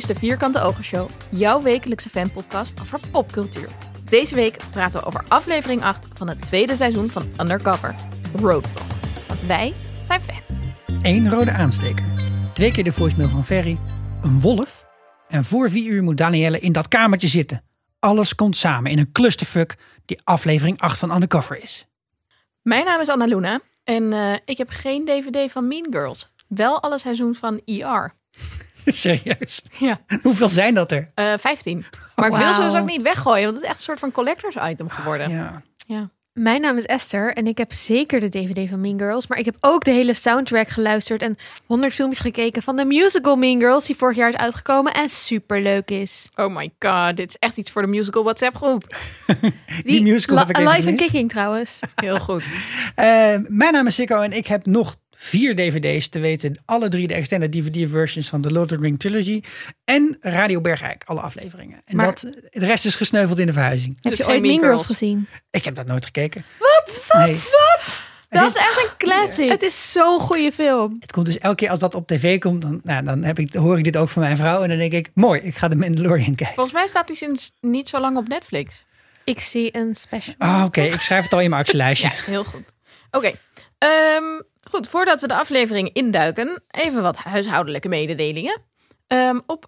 de Vierkante Ogen Show, jouw wekelijkse fanpodcast over popcultuur. Deze week praten we over aflevering 8 van het tweede seizoen van Undercover, Roadblock. Want wij zijn fan. 1 rode aansteker, 2 keer de voicemail van Ferry, een wolf en voor 4 uur moet Danielle in dat kamertje zitten. Alles komt samen in een clusterfuck die aflevering 8 van Undercover is. Mijn naam is Anna Luna en ik heb geen DVD van Mean Girls. Wel alle seizoen van ER. Serieus? Ja. Hoeveel zijn dat er? 15. Maar ik wil ze dus ook niet weggooien, want het is echt een soort van collectors item geworden. Ja. Mijn naam is Esther en ik heb zeker de DVD van Mean Girls. Maar ik heb ook de hele soundtrack geluisterd en 100 filmpjes gekeken van de musical Mean Girls die vorig jaar is uitgekomen en superleuk is. Oh my god, dit is echt iets voor de musical WhatsApp groep. Die musical heb ik even Live gemist. and Kicking trouwens. Heel goed. Mijn naam is Sikko en ik heb nog 4 dvd's, te weten alle 3 de extended DVD-versions van de Lord of the Rings Trilogy en Radio Bergijk, alle afleveringen. En Maar- de rest is gesneuveld in de verhuizing. Heb Dus je geen ooit Mean Mean Girls Girls? gezien? Ik heb dat nooit gekeken. Wat? Nee. Wat? Dat Het is echt een classic. Het is zo'n goede film. Het komt dus elke keer als dat op tv komt, dan hoor ik dit ook van mijn vrouw en dan denk ik, mooi, ik ga de Mandalorian kijken. Volgens mij staat die sinds niet zo lang op Netflix. Ik zie een special. Oké, ik schrijf het al in mijn actielijstje. Ja, heel goed. Oké. Goed, voordat we de aflevering induiken, even wat huishoudelijke mededelingen. Op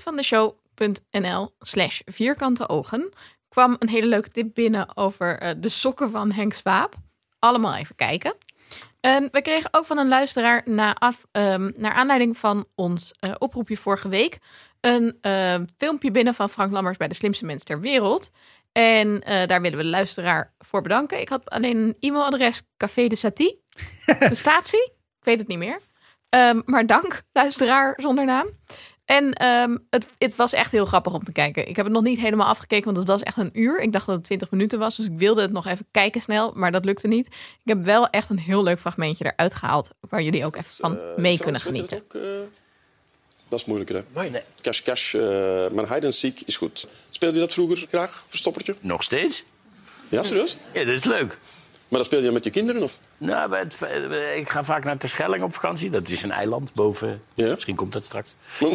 vriendvandeshow.nl/vierkanteogen kwam een hele leuke tip binnen over de sokken van Henk Swaap. Allemaal even kijken. En we kregen ook van een luisteraar naar aanleiding van ons oproepje vorige week een filmpje binnen van Frank Lammers bij De Slimste Mens ter Wereld. En daar willen we de luisteraar voor bedanken. Ik had alleen een e-mailadres, Café de Satie. Bestaat die? Ik weet het niet meer. Maar dank, luisteraar zonder naam. En het was echt heel grappig om te kijken. Ik heb het nog niet helemaal afgekeken, want het was echt een uur. Ik dacht dat het 20 minuten was, dus ik wilde het nog even kijken snel. Maar dat lukte niet. Ik heb wel echt een heel leuk fragmentje eruit gehaald, waar jullie ook even van mee kunnen genieten. Dat is moeilijker, hè? Nee. Cash. Maar hide and seek is goed. Speelde je dat vroeger graag, verstoppertje? Nog steeds? Ja, serieus? Ja, dat is leuk. Maar dat speel je met je kinderen, of? Nou, ik ga vaak naar Terschelling op vakantie. Dat is een eiland boven. Ja? Misschien komt dat straks.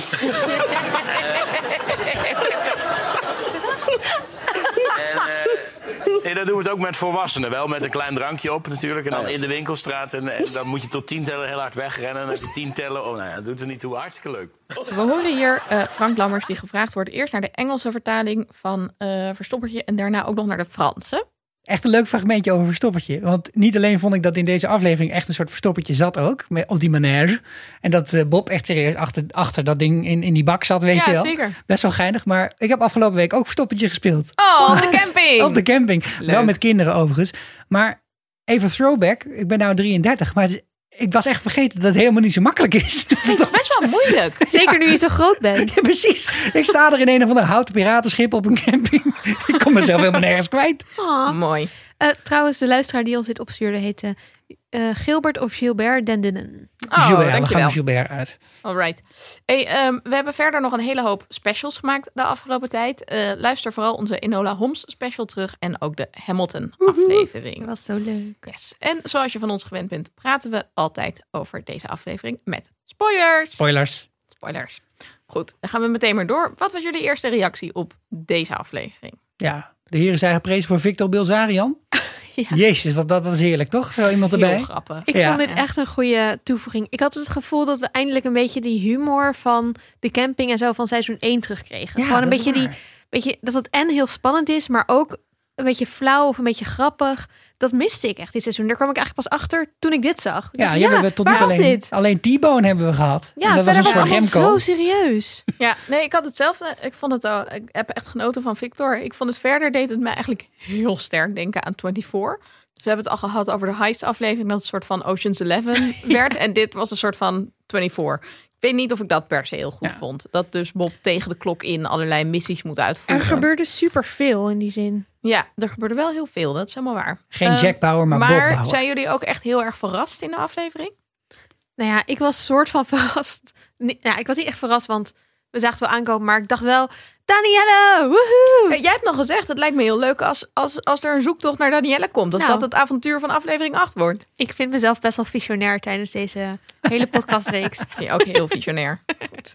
Nee, dat doen we het ook met volwassenen. Wel met een klein drankje op natuurlijk. En dan in de winkelstraat. En dan moet je tot 10 tellen heel hard wegrennen. En dan heb je 10 tellen. Oh, nou, dat doet er niet toe. Hartstikke leuk. We horen hier Frank Lammers die gevraagd wordt eerst naar de Engelse vertaling van Verstoppertje en daarna ook nog naar de Franse. Echt een leuk fragmentje over Verstoppertje. Want niet alleen vond ik dat in deze aflevering echt een soort Verstoppertje zat ook. Op die manege. En dat Bob echt serieus achter dat ding in die bak zat, weet je wel. Zeker. Best wel geinig. Maar ik heb afgelopen week ook Verstoppertje gespeeld. Oh, op de camping! Op de camping. Leuk. Wel met kinderen overigens. Maar even throwback. Ik ben nou 33. Maar ik was echt vergeten dat het helemaal niet zo makkelijk is. Het is best wel moeilijk. Zeker nu je zo groot bent. Ja, precies. Ik sta er in een of ander houten piratenschip op een camping. Ik kom mezelf helemaal nergens kwijt. Mooi. Trouwens, de luisteraar die ons dit opstuurde heette Gilbert of Gilbert Dendunen. Oh, Gilbert, we gaan dankjewel. er Gilbert uit. Alright. Hey, we hebben verder nog een hele hoop specials gemaakt de afgelopen tijd. Luister vooral onze Enola Holmes special terug en ook de Hamilton aflevering. Dat was zo leuk. Yes. En zoals je van ons gewend bent, praten we altijd over deze aflevering met spoilers. Spoilers. Goed, dan gaan we meteen maar door. Wat was jullie eerste reactie op deze aflevering? Ja, de heren zijn geprezen voor Victor Bilzarian. Ja. Jezus, wat dat is heerlijk, toch? Zo iemand erbij. Heel grappig. Ik Ja. vond dit echt een goede toevoeging. Ik had het gevoel dat we eindelijk een beetje die humor van de camping en zo van seizoen 1 terugkregen. Ja, Gewoon een dat is beetje waar. dat het en heel spannend is, maar ook een beetje flauw of een beetje grappig. Dat miste ik echt dit seizoen. Daar kwam ik eigenlijk pas achter toen ik dit zag. Ik Ja, dacht, hier hebben we tot nu waar toe was alleen, dit? alleen T-Bone hebben we gehad. Ja, en dat was verder een was het soort allemaal Remco. zo serieus. Ja, nee, ik had hetzelfde. Ik heb echt genoten van Victor. Ik vond het verder, deed het mij eigenlijk heel sterk denken aan 24. Dus we hebben het al gehad over de heist-aflevering, dat het een soort van Ocean's 11 werd. En dit was een soort van 24. Ik weet niet of ik dat per se heel goed vond. Dat dus Bob tegen de klok in allerlei missies moet uitvoeren. Er gebeurde superveel in die zin. Ja, er gebeurde wel heel veel. Dat is helemaal waar. Geen Jack Bauer, maar Bob Bauer. Zijn jullie ook echt heel erg verrast in de aflevering? Nou ja, ik was soort van verrast. Ik was niet echt verrast, want we zagen het wel aankomen. Maar ik dacht wel, Danielle, woehoe! Jij hebt nog gezegd, het lijkt me heel leuk als er een zoektocht naar Danielle komt. Als dat het avontuur van aflevering 8 wordt. Ik vind mezelf best wel visionair tijdens deze hele podcastreeks. Ja, ook heel visionair. Goed.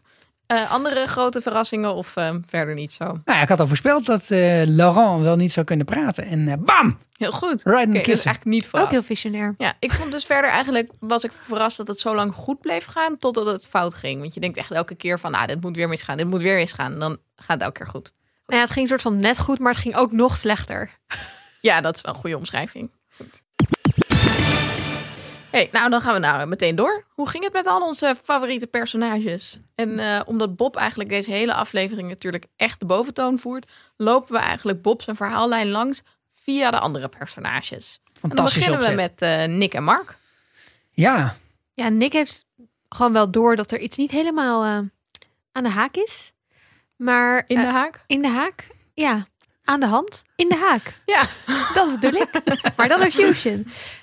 Andere grote verrassingen of verder niet zo? Nou ja, ik had al voorspeld dat Laurent wel niet zou kunnen praten. En bam! Heel goed. Right in the Dat is kisser. eigenlijk niet Ook verrast. heel visionair. Ja, ik vond dus verder eigenlijk, was ik verrast dat het zo lang goed bleef gaan totdat het fout ging. Want je denkt echt elke keer van, dit moet weer misgaan, dit moet weer misgaan. En dan gaat het elke keer goed. Nou ja, het ging soort van net goed, maar het ging ook nog slechter. Ja, dat is wel een goede omschrijving. Goed. Hey, nou, dan gaan we meteen door. Hoe ging het met al onze favoriete personages? En omdat Bob eigenlijk deze hele aflevering natuurlijk echt de boventoon voert, lopen we eigenlijk Bob zijn verhaallijn langs via de andere personages. Fantastisch en dan beginnen opzet. we met Nick en Mark. Ja, Ja, Nick heeft gewoon wel door dat er iets niet helemaal aan de haak is. Maar In de haak? in de haak? Ja, aan de hand. In de haak. Ja. Dat bedoel ik. Maar dan een fusion.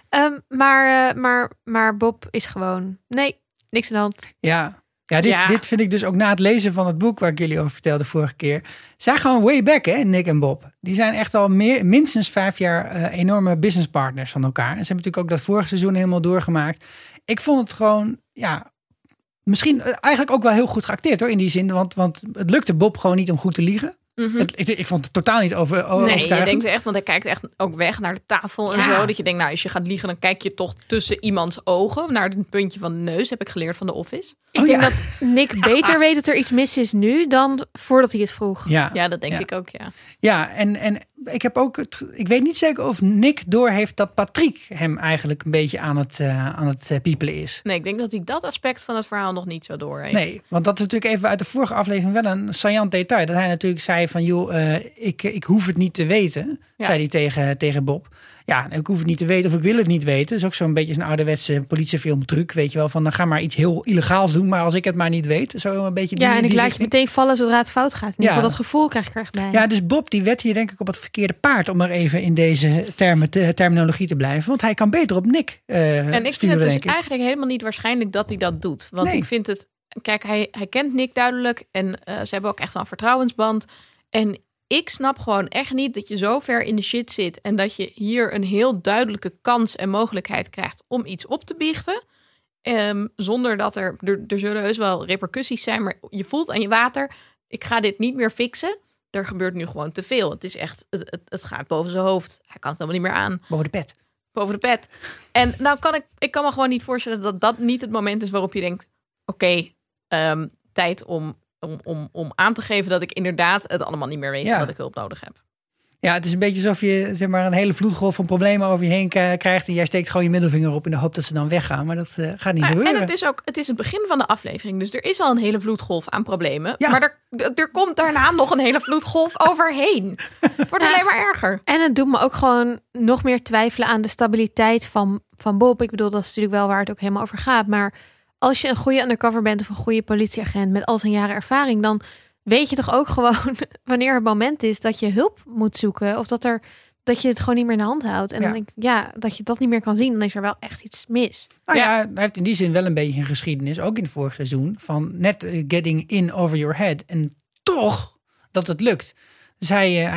Maar Bob is gewoon... Nee, niks aan de hand. ja. Ja. Dit vind ik dus ook na het lezen van het boek waar ik jullie over vertelde vorige keer. Zij gaan way back, hè, Nick en Bob. Die zijn echt al minstens 5 jaar enorme businesspartners van elkaar. En ze hebben natuurlijk ook dat vorige seizoen helemaal doorgemaakt. Ik vond het gewoon, misschien eigenlijk ook wel heel goed geacteerd hoor, in die zin. Want het lukte Bob gewoon niet om goed te liegen. Ik vond het totaal niet Nee, overtuigend. je denkt echt, want hij kijkt echt ook weg naar de tafel en zo. Dat je denkt, nou, als je gaat liegen, dan kijk je toch tussen iemands ogen naar het puntje van de neus. Heb ik geleerd van The Office. Ik denk dat Nick beter weet dat er iets mis is nu dan voordat hij het vroeg. Ja, dat denk ik ook, ja. Ja, en ik heb ook ik weet niet zeker of Nick doorheeft dat Patrick hem eigenlijk een beetje aan het piepelen is. Nee, ik denk dat hij dat aspect van het verhaal nog niet zo door heeft. Nee, want dat is natuurlijk even uit de vorige aflevering wel een saillant detail. Dat hij natuurlijk zei van, joh, ik hoef het niet te weten, zei hij tegen Bob. Ja, ik hoef het niet te weten of ik wil het niet weten. Dat is ook zo'n beetje een ouderwetse politiefilm truc, weet je wel. Van, dan ga maar iets heel illegaals doen, maar als ik het maar niet weet. Zo een beetje Ja, en ik die laat je richting. meteen vallen zodra het fout gaat. In ieder geval dat gevoel krijg ik er echt bij. Ja, dus Bob die wedt hier denk ik op het verkeerde paard, om maar even in deze terminologie te blijven. Want hij kan beter op Nick En ik sturen, vind het dus denk ik. eigenlijk helemaal niet waarschijnlijk dat hij dat doet. Want Nee. ik vind het... Kijk, hij kent Nick duidelijk. En ze hebben ook echt wel een vertrouwensband. En ik snap gewoon echt niet dat je zo ver in de shit zit. En dat je hier een heel duidelijke kans en mogelijkheid krijgt om iets op te biechten. Zonder dat er zullen heus wel repercussies zijn. Maar je voelt aan je water, ik ga dit niet meer fixen. Er gebeurt nu gewoon te veel. Het is echt, het gaat boven zijn hoofd. Hij kan het helemaal niet meer aan. Boven de pet. Boven de pet. En nou ik kan me gewoon niet voorstellen dat dat niet het moment is waarop je denkt, oké, tijd om aan te geven dat ik inderdaad het allemaal niet meer weet en dat ik hulp nodig heb. Ja, het is een beetje alsof je zeg maar een hele vloedgolf van problemen over je heen krijgt en jij steekt gewoon je middelvinger op in de hoop dat ze dan weggaan. Maar dat gaat niet gebeuren. En het is het begin van de aflevering, dus er is al een hele vloedgolf aan problemen. Ja. Maar er komt daarna nog een hele vloedgolf overheen. Het wordt alleen maar erger. En het doet me ook gewoon nog meer twijfelen aan de stabiliteit van Bob. Ik bedoel, dat is natuurlijk wel waar het ook helemaal over gaat. Maar als je een goede undercover bent of een goede politieagent met al zijn jaren ervaring, dan weet je toch ook gewoon wanneer het moment is dat je hulp moet zoeken. Of dat je het gewoon niet meer in de hand houdt. En dan denk ik, dat je dat niet meer kan zien, dan is er wel echt iets mis. Nou ja, hij heeft in die zin wel een beetje een geschiedenis, ook in het vorige seizoen, van net getting in over your head. En toch dat het lukt. Dus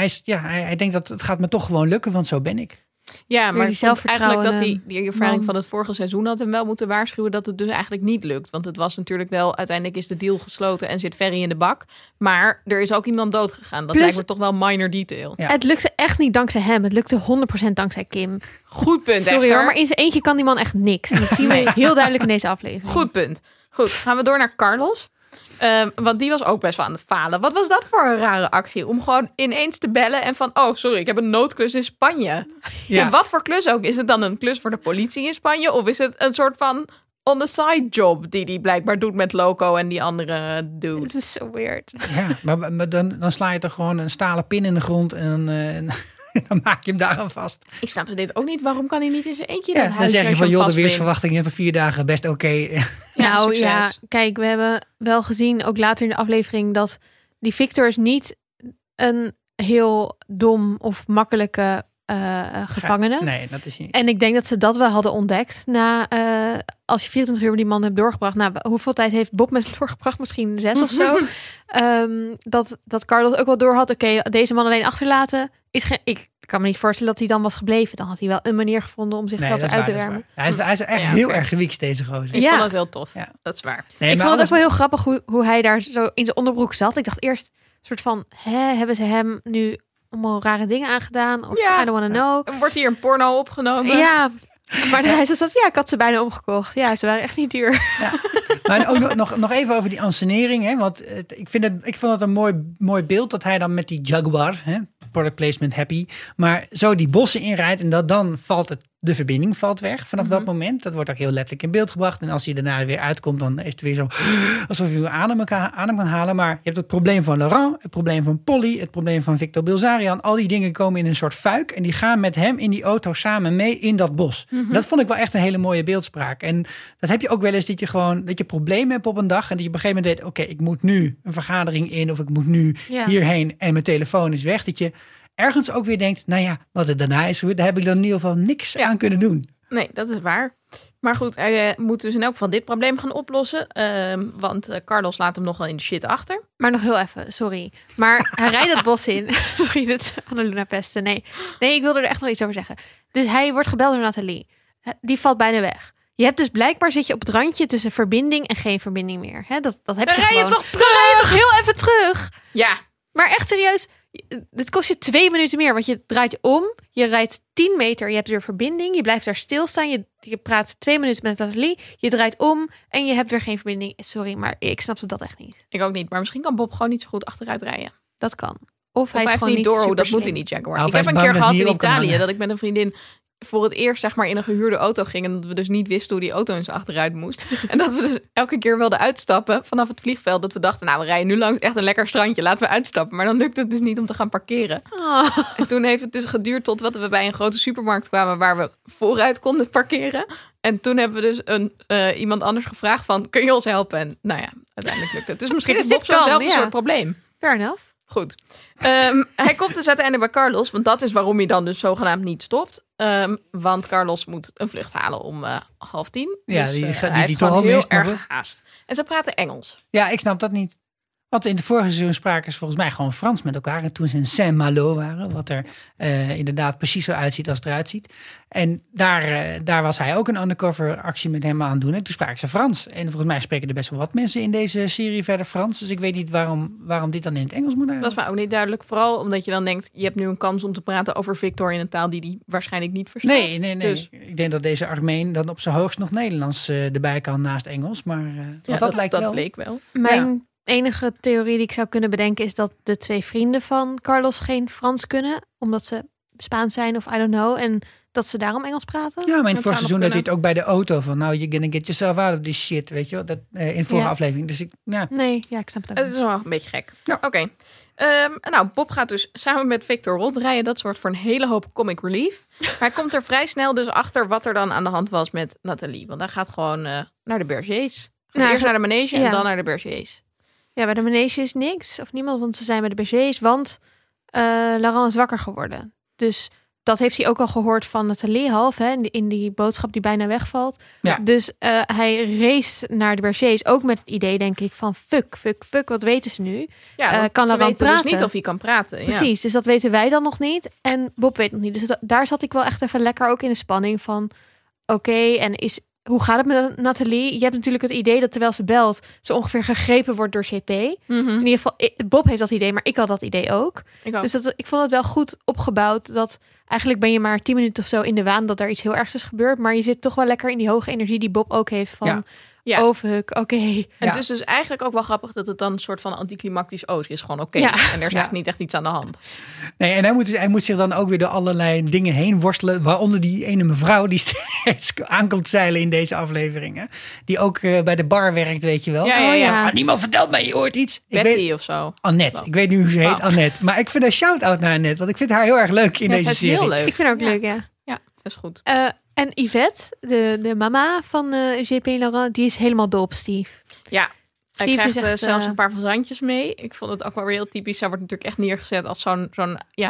hij denkt dat het gaat me toch gewoon lukken, want zo ben ik. Ja, maar die zelfvertrouwen, eigenlijk dat die ervaring man. van het vorige seizoen had hem wel moeten waarschuwen dat het dus eigenlijk niet lukt. Want het was natuurlijk wel, uiteindelijk is de deal gesloten en zit Ferry in de bak. Maar er is ook iemand dood gegaan. Dat Plus- lijkt me toch wel minor detail. Ja. Het lukte echt niet dankzij hem. Het lukte 100% dankzij Kim. Goed punt, Sorry Esther. hoor, maar in zijn eentje kan die man echt niks. En dat zien we heel duidelijk in deze aflevering. Goed punt. Goed, gaan we door naar Carlos. Want die was ook best wel aan het falen. Wat was dat voor een rare actie? Om gewoon ineens te bellen en van, oh sorry, ik heb een noodklus in Spanje. Ja. En wat voor klus ook? Is het dan een klus voor de politie in Spanje? Of is het een soort van on the side job die blijkbaar doet met Loco en die andere dude? Het is zo weird. Ja, maar dan sla je toch gewoon een stalen pin in de grond en dan maak je hem daar aan vast. Ik snapte dit ook niet. Waarom kan hij niet in zijn eentje Ja, dat dan huisje zeg je als van, hem joh, de vastbindt? weersverwachting is tot 4 dagen best oké. Nou succes. ja, kijk, we hebben wel gezien, ook later in de aflevering, dat die Victor is niet een heel dom of makkelijke gevangene. Nee, dat is niet. En ik denk dat ze dat wel hadden ontdekt. Als je 24 uur met die man hebt doorgebracht. Nou, hoeveel tijd heeft Bob met hem doorgebracht? Misschien 6 of zo. Dat Carlos ook wel door had. Oké, deze man alleen achterlaten. kan me niet voorstellen dat hij dan was gebleven. Dan had hij wel een manier gevonden om zichzelf eruit te wermen. Hij is echt heel erg gewiekst, deze gozer. Ik vond het heel tof. Ja. Dat is waar. Nee, ik vond het ook wel heel grappig hoe hij daar zo in zijn onderbroek zat. Ik dacht eerst een soort van, hebben ze hem nu allemaal rare dingen aangedaan? Of I don't want to know. En wordt hier een porno opgenomen? Ja, maar hij zo zat, ik had ze bijna omgekocht. Ja, ze waren echt niet duur. Ja. Maar ook nog even over die ansenering. Hè? Want ik vond het een mooi beeld dat hij dan met die Jaguar, hè, product placement happy, maar zo die bossen inrijdt en dan valt de verbinding valt weg vanaf dat moment. Dat wordt ook heel letterlijk in beeld gebracht. En als hij daarna weer uitkomt, dan is het weer zo alsof je adem kan halen. Maar je hebt het probleem van Laurent, het probleem van Polly, het probleem van Victor Bilzerian. Al die dingen komen in een soort fuik en die gaan met hem in die auto samen mee in dat bos. Dat vond ik wel echt een hele mooie beeldspraak. En dat heb je ook wel eens dat je problemen hebt op een dag en dat je op een gegeven moment weet, oké, ik moet nu een vergadering in of ik moet nu hierheen en mijn telefoon is weg. Dat je ergens ook weer denkt, nou ja, wat er daarna is gebeurd, daar heb ik dan in ieder geval niks aan kunnen doen. Nee, dat is waar. Maar goed, hij moet dus in elk geval dit probleem gaan oplossen. Want Carlos laat hem nog wel in de shit achter. Maar nog heel even, sorry. Maar hij rijdt het bos in. Sorry, dit is Annaluna pesten. Nee, ik wilde er echt nog iets over zeggen. Dus hij wordt gebeld door Nathalie. Die valt bijna weg. Je hebt dus blijkbaar zit je op het randje tussen verbinding en geen verbinding meer. Hè? Dat heb je gewoon. Dan rij je toch heel even terug. Ja. Maar echt serieus, het kost je 2 minuten meer. Want je draait om, je rijdt 10 meter, je hebt weer verbinding. Je blijft daar stilstaan, je praat 2 minuten met Nathalie. Je draait om en je hebt weer geen verbinding. Sorry, maar ik snapte dat echt niet. Ik ook niet, maar misschien kan Bob gewoon niet zo goed achteruit rijden. Dat kan. Of hij is gewoon niet door hoe dat moet in die Jaguar. Nou, ik heb een keer gehad in Italië dat ik met een vriendin voor het eerst zeg maar in een gehuurde auto gingen. En dat we dus niet wisten hoe die auto in zijn achteruit moest. En dat we dus elke keer wilden uitstappen vanaf het vliegveld. Dat we dachten, nou we rijden nu langs echt een lekker strandje. Laten we uitstappen. Maar dan lukte het dus niet om te gaan parkeren. Oh. En toen heeft het dus geduurd totdat we bij een grote supermarkt kwamen waar we vooruit konden parkeren. En toen hebben we dus iemand anders gevraagd van, kun je ons helpen? En nou ja, uiteindelijk lukte het. Dus misschien is Bob zelf een soort probleem. Fair enough. Goed. Hij komt dus uiteindelijk bij Carlos. Want dat is waarom hij dan dus zogenaamd niet stopt. Want Carlos moet een vlucht halen om 9:30. Ja, dus, die hij heeft toch al heel mist, erg gehaast. En ze praten Engels. Ja, ik snap dat niet. Want in de vorige seizoen spraken ze volgens mij gewoon Frans met elkaar. En toen ze in Saint-Malo waren. Wat er inderdaad precies zo uitziet als het eruit ziet. En daar was hij ook een undercover actie met hem aan het doen. En toen spraken ze Frans. En volgens mij spreken er best wel wat mensen in deze serie verder Frans. Dus ik weet niet waarom dit dan in het Engels moet eigenlijk. Dat is mij ook niet duidelijk. Vooral omdat je dan denkt, je hebt nu een kans om te praten over Victor in een taal die hij waarschijnlijk niet verstaat. Nee. Dus ik denk dat deze Armeen dan op zijn hoogst nog Nederlands erbij kan naast Engels. Maar dat lijkt wel. Dat bleek wel. Mijn enige theorie die ik zou kunnen bedenken is dat de 2 vrienden van Carlos geen Frans kunnen. Omdat ze Spaans zijn of I don't know. En dat ze daarom Engels praten. Ja, maar in het vorige seizoen dat hij het ook bij de auto van, nou, you're gonna get yourself out of this shit, weet je wel. Dat in de vorige aflevering. Dus ik snap het ook. Het is wel een beetje gek. Ja. Oké. Nou, Bob gaat dus samen met Victor rondrijden. Dat zorgt voor een hele hoop comic relief. Maar hij komt er vrij snel dus achter wat er dan aan de hand was met Nathalie. Want hij gaat gewoon naar de Bergers. Eerst naar de manege en dan naar de Bergers. Ja, bij de manege is niks of niemand, want ze zijn bij de Bergers. Want Laurent is wakker geworden. Dus dat heeft hij ook al gehoord van Nathalie half, hè, in die boodschap die bijna wegvalt. Ja. Dus hij race naar de Bergers, ook met het idee, denk ik, van fuck, wat weten ze nu? Ja, kan Laurent praten? Dus niet of hij kan praten. Precies, dus dat weten wij dan nog niet. En Bob weet nog niet. Dus daar zat ik wel echt even lekker ook in de spanning van, oké, en hoe gaat het met Nathalie? Je hebt natuurlijk het idee dat terwijl ze belt, ze ongeveer gegrepen wordt door CP. Mm-hmm. In ieder geval, Bob heeft dat idee, maar ik had dat idee ook. Dus ik vond het wel goed opgebouwd dat eigenlijk ben je maar 10 minuten of zo in de waan dat er iets heel ergs is gebeurd. Maar je zit toch wel lekker in die hoge energie die Bob ook heeft van overhuk, oké. En het is dus eigenlijk ook wel grappig dat het dan een soort van anticlimactisch is. Gewoon oké. En er is eigenlijk niet echt iets aan de hand. Nee, en hij moet zich dan ook weer door allerlei dingen heen worstelen. Waaronder die ene mevrouw die steeds aankomt zeilen in deze afleveringen. Die ook bij de bar werkt, weet je wel. Ja. Maar niemand vertelt mij, je hoort iets. Betty of zo. Annette. Ik weet niet hoe ze heet, Annette. Maar ik vind een shout-out naar Annette. Want ik vind haar heel erg leuk in deze serie. Heel leuk. Ik vind haar ook leuk, ja. Ja, dat is goed. En Yvette, de mama van JP Laurent, die is helemaal dol op Steve. Ja, hij krijgt zelfs een paar verzandjes mee. Ik vond het ook wel weer heel typisch. Zij wordt natuurlijk echt neergezet als zo'n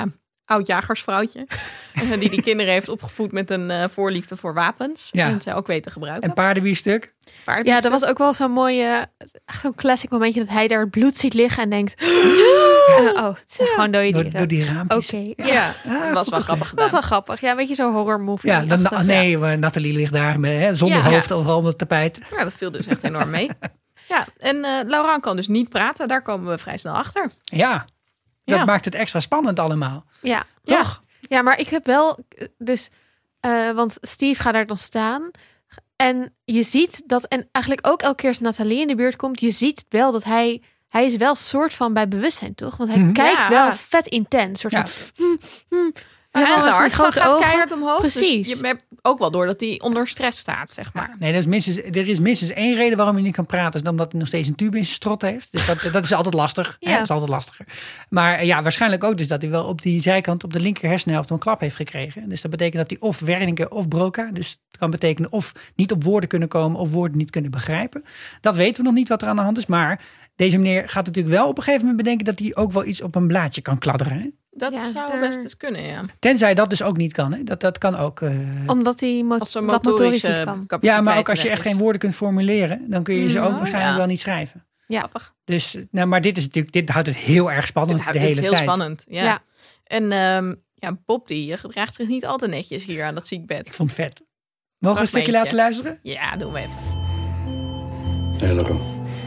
oud jagersvrouwtje. Die kinderen heeft opgevoed met een voorliefde voor wapens. Ja. En ze ook weet te gebruiken. En paardenbiefstuk. Ja, dat was ook wel zo'n mooie, echt zo'n classic momentje dat hij daar het bloed ziet liggen en denkt, het zijn gewoon dode dieren. Door die raampjes. Oké, Ja, dat was wel grappig dat was gedaan. wel grappig. Ja, weet je, zo'n horror movie. Ja, Nathalie ligt daar met, zonder Ja. hoofd overal op het tapijt. Ja, dat viel dus echt enorm mee. Ja, en Laurent kan dus niet praten. Daar komen we vrij snel achter. Ja, dat Ja. maakt het extra spannend allemaal. Ja. Toch? Ja, maar ik heb wel, dus, want Steve gaat daar dan staan. En je ziet dat, en eigenlijk ook elke keer als Nathalie in de buurt komt, je ziet wel dat hij is wel soort van bij bewustzijn, toch? Want hij kijkt Ja. wel vet intens. Soort Ja. van, En helemaal zijn van die hart grote gaat ogen. keihard omhoog. Precies. Dus je hebt ook wel door dat hij onder stress staat, zeg maar. Nee, er is minstens één reden waarom hij niet kan praten. Is omdat hij nog steeds een tube in zijn strot heeft. Dus dat is altijd lastig. Ja. Hè? Dat is altijd lastiger. Maar ja, waarschijnlijk ook dus dat hij wel op die zijkant op de linker hersenhelft een klap heeft gekregen. Dus dat betekent dat hij of Wernicke of Broca. Dus het kan betekenen of niet op woorden kunnen komen of woorden niet kunnen begrijpen. Dat weten we nog niet wat er aan de hand is. Maar deze meneer gaat natuurlijk wel op een gegeven moment bedenken dat hij ook wel iets op een blaadje kan kladderen. Hè? Dat Ja, zou daar- best eens kunnen, ja. Tenzij dat dus ook niet kan. Hè? Dat kan ook. Omdat hij Als een dat motorisch niet motorische kan. capaciteit Ja, maar ook als je weg echt is. geen woorden kunt formuleren, dan kun je ze ook waarschijnlijk ja. wel niet schrijven. Ja. Grappig. Dus, nou, maar dit houdt het heel erg spannend Het de hele is heel tijd. spannend, ja. Ja. En Bob die gedraagt zich niet al te netjes hier aan dat ziekbed. Ik vond het vet. Mogen we een stukje Fragmentje. laten luisteren? Ja, doen we even. Hé Laurent.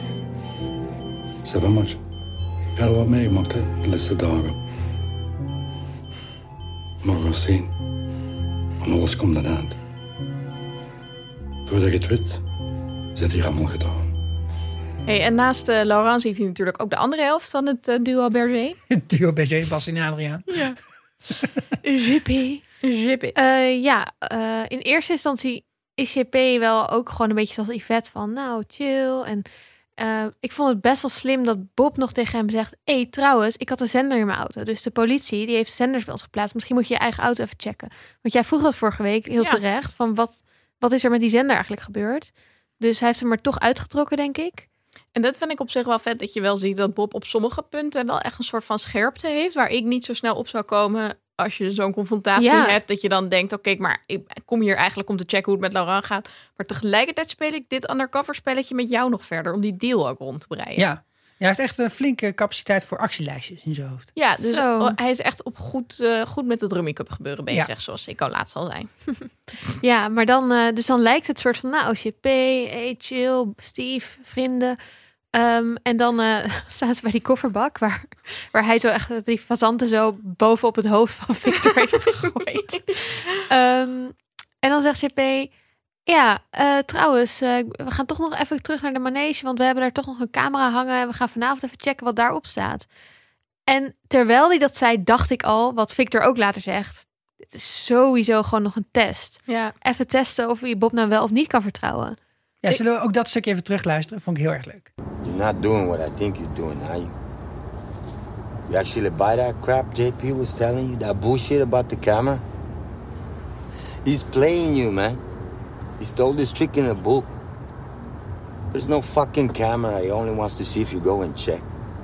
Zeg maar. Ik heb wat meegemaakt hè, de laatste dagen. Maar we gaan zien. En alles komt aan eind. Voordat je het weet, zijn hier allemaal gedaan. Hey, en naast Laurent ziet hij natuurlijk ook de andere helft van het duo Berger. Het duo BG, Bas en Adriaan. JP. In eerste instantie is JP wel ook gewoon een beetje zoals Yvette van, nou, chill. En ik vond het best wel slim dat Bob nog tegen hem zegt, trouwens, ik had een zender in mijn auto. Dus de politie, die heeft zenders bij ons geplaatst. Misschien moet je je eigen auto even checken. Want jij vroeg dat vorige week heel Ja. terecht, van wat is er met die zender eigenlijk gebeurd? Dus hij heeft hem er toch uitgetrokken, denk ik. En dat vind ik op zich wel vet, dat je wel ziet dat Bob op sommige punten wel echt een soort van scherpte heeft, waar ik niet zo snel op zou komen als je zo'n confrontatie Ja. hebt, dat je dan denkt, oké, maar ik kom hier eigenlijk om te checken hoe het met Laurent gaat. Maar tegelijkertijd speel ik dit undercover spelletje met jou nog verder, om die deal ook rond te breien. Ja. Hij heeft echt een flinke capaciteit voor actielijstjes in zijn hoofd. Ja, dus Zo. hij is echt op goed met het Rummy Cup gebeuren bezig, Ja. zoals ik al laatst al zei. Ja, maar dan lijkt het soort van, nou, JP, chill, Steve, vrienden. En dan staan ze bij die kofferbak waar hij zo echt die fazanten zo bovenop het hoofd van Victor heeft gegooid. En dan zegt JP, trouwens, we gaan toch nog even terug naar de manege, want we hebben daar toch nog een camera hangen en we gaan vanavond even checken wat daarop staat. En terwijl hij dat zei, dacht ik al, wat Victor ook later zegt, dit is sowieso gewoon nog een test. Ja. Even testen of je Bob nou wel of niet kan vertrouwen. Ja, zullen we ook dat stukje even terugluisteren? Vond ik heel erg leuk. You're not doing what I think you're doing, are you? You actually buy that crap JP was telling you? That bullshit about the camera? He's playing you, man. He stole this trick in a book. There's no fucking camera. He only wants to see if you go and check.